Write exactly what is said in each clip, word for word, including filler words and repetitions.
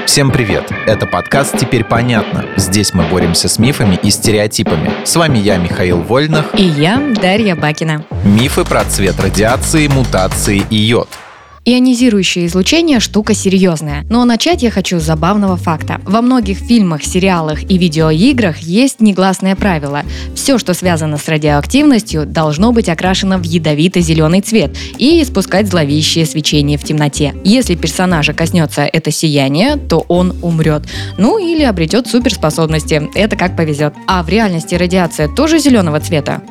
Всем привет! Это подкаст «Теперь понятно». Здесь мы боремся с мифами и стереотипами. С вами я, Михаил Вольных. И я, Дарья Бакина. Мифы про цвет радиации, мутации и йод. Ионизирующее излучение – штука серьезная. Но начать я хочу с забавного факта. Во многих фильмах, сериалах и видеоиграх есть негласное правило. Все, что связано с радиоактивностью, должно быть окрашено в ядовито-зеленый цвет и испускать зловещее свечение в темноте. Если персонажа коснется это сияние, то он умрет. Ну или обретет суперспособности. Это как повезет. А в реальности радиация тоже зеленого цвета?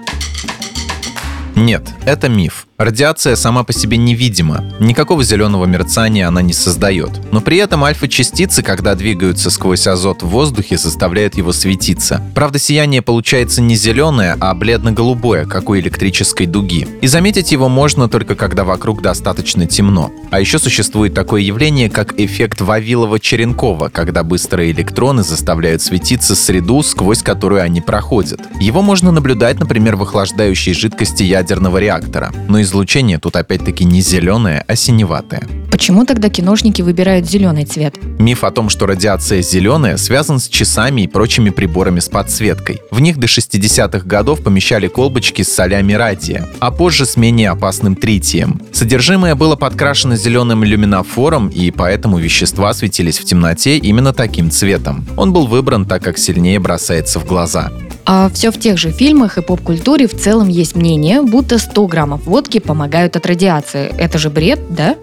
Нет, это миф. Радиация сама по себе невидима, никакого зеленого мерцания она не создает. Но при этом альфа-частицы, когда двигаются сквозь азот в воздухе, заставляют его светиться. Правда, сияние получается не зеленое, а бледно-голубое, как у электрической дуги. И заметить его можно только когда вокруг достаточно темно. А еще существует такое явление, как эффект Вавилова-Черенкова, когда быстрые электроны заставляют светиться среду, сквозь которую они проходят. Его можно наблюдать, например, в охлаждающей жидкости ядерного реактора. Но излучение тут опять-таки не зеленое, а синеватое. Почему тогда киношники выбирают зеленый цвет? Миф о том, что радиация зеленая, связан с часами и прочими приборами с подсветкой. В них до шестидесятых годов помещали колбочки с солями радия, а позже с менее опасным тритием. Содержимое было подкрашено зеленым люминофором, и поэтому вещества светились в темноте именно таким цветом. Он был выбран, так как сильнее бросается в глаза. А все в тех же фильмах и поп-культуре в целом есть мнение, будто сто граммов водки помогают от радиации. Это же бред, да?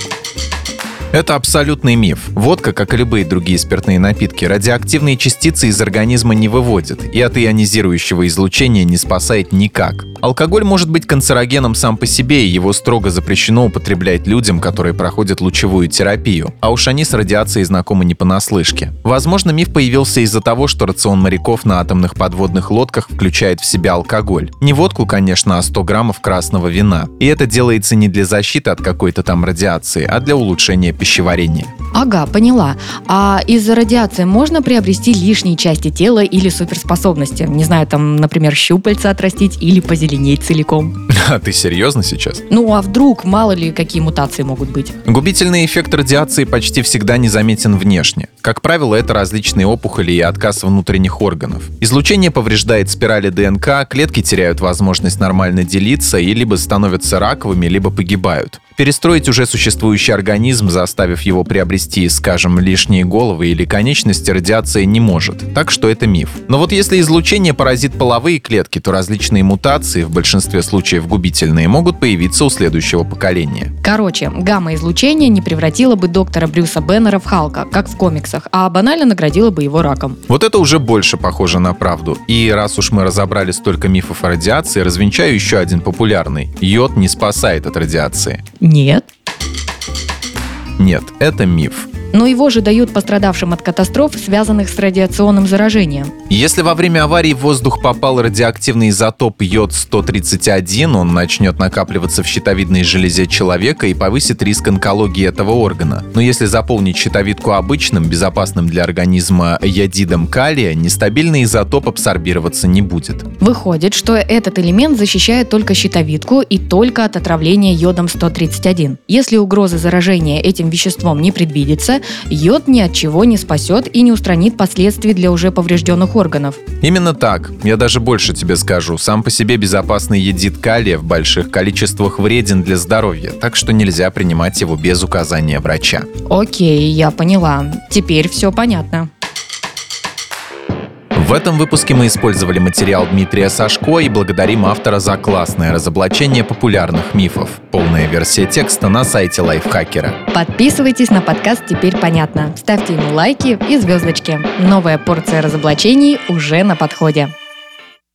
Это абсолютный миф. Водка, как и любые другие спиртные напитки, радиоактивные частицы из организма не выводит и от ионизирующего излучения не спасает никак. Алкоголь может быть канцерогеном сам по себе, и его строго запрещено употреблять людям, которые проходят лучевую терапию. А уж они с радиацией знакомы не понаслышке. Возможно, миф появился из-за того, что рацион моряков на атомных подводных лодках включает в себя алкоголь. Не водку, конечно, а сто граммов красного вина. И это делается не для защиты от какой-то там радиации, а для улучшения пищеварения. Ага, поняла. А из-за радиации можно приобрести лишние части тела или суперспособности? Не знаю, там, например, щупальца отрастить или позеленеть целиком. А ты серьезно сейчас? Ну а вдруг, мало ли, какие мутации могут быть? Губительный эффект радиации почти всегда незаметен внешне. Как правило, это различные опухоли и отказ внутренних органов. Излучение повреждает спирали ДНК, клетки теряют возможность нормально делиться и либо становятся раковыми, либо погибают. Перестроить уже существующий организм, заставив его приобрести, скажем, лишние головы или конечности, радиация не может. Так что это миф. Но вот если излучение поразит половые клетки, то различные мутации, в большинстве случаев губительные, могут появиться у следующего поколения. Короче, гамма-излучение не превратило бы доктора Брюса Беннера в Халка, как в комиксах, а банально наградило бы его раком. Вот это уже больше похоже на правду. И раз уж мы разобрали столько мифов о радиации, развенчаю еще один популярный. Йод не спасает от радиации. Нет. Нет, это миф. Но его же дают пострадавшим от катастроф, связанных с радиационным заражением. Если во время аварии в воздух попал радиоактивный изотоп йод сто тридцать один, он начнет накапливаться в щитовидной железе человека и повысит риск онкологии этого органа. Но если заполнить щитовидку обычным, безопасным для организма йодидом калия, нестабильный изотоп абсорбироваться не будет. Выходит, что этот элемент защищает только щитовидку и только от отравления йодом сто тридцать один. Если угрозы заражения этим веществом не предвидится, йод ни от чего не спасет и не устранит последствий для уже поврежденных органов. Именно так. Я даже больше тебе скажу. Сам по себе безопасный йодид калия в больших количествах вреден для здоровья, так что нельзя принимать его без указания врача. Окей, я поняла. Теперь все понятно. В этом выпуске мы использовали материал Дмитрия Сашко и благодарим автора за классное разоблачение популярных мифов. Полная версия текста на сайте Лайфхакера. Подписывайтесь на подкаст «Теперь понятно». Ставьте ему лайки и звездочки. Новая порция разоблачений уже на подходе.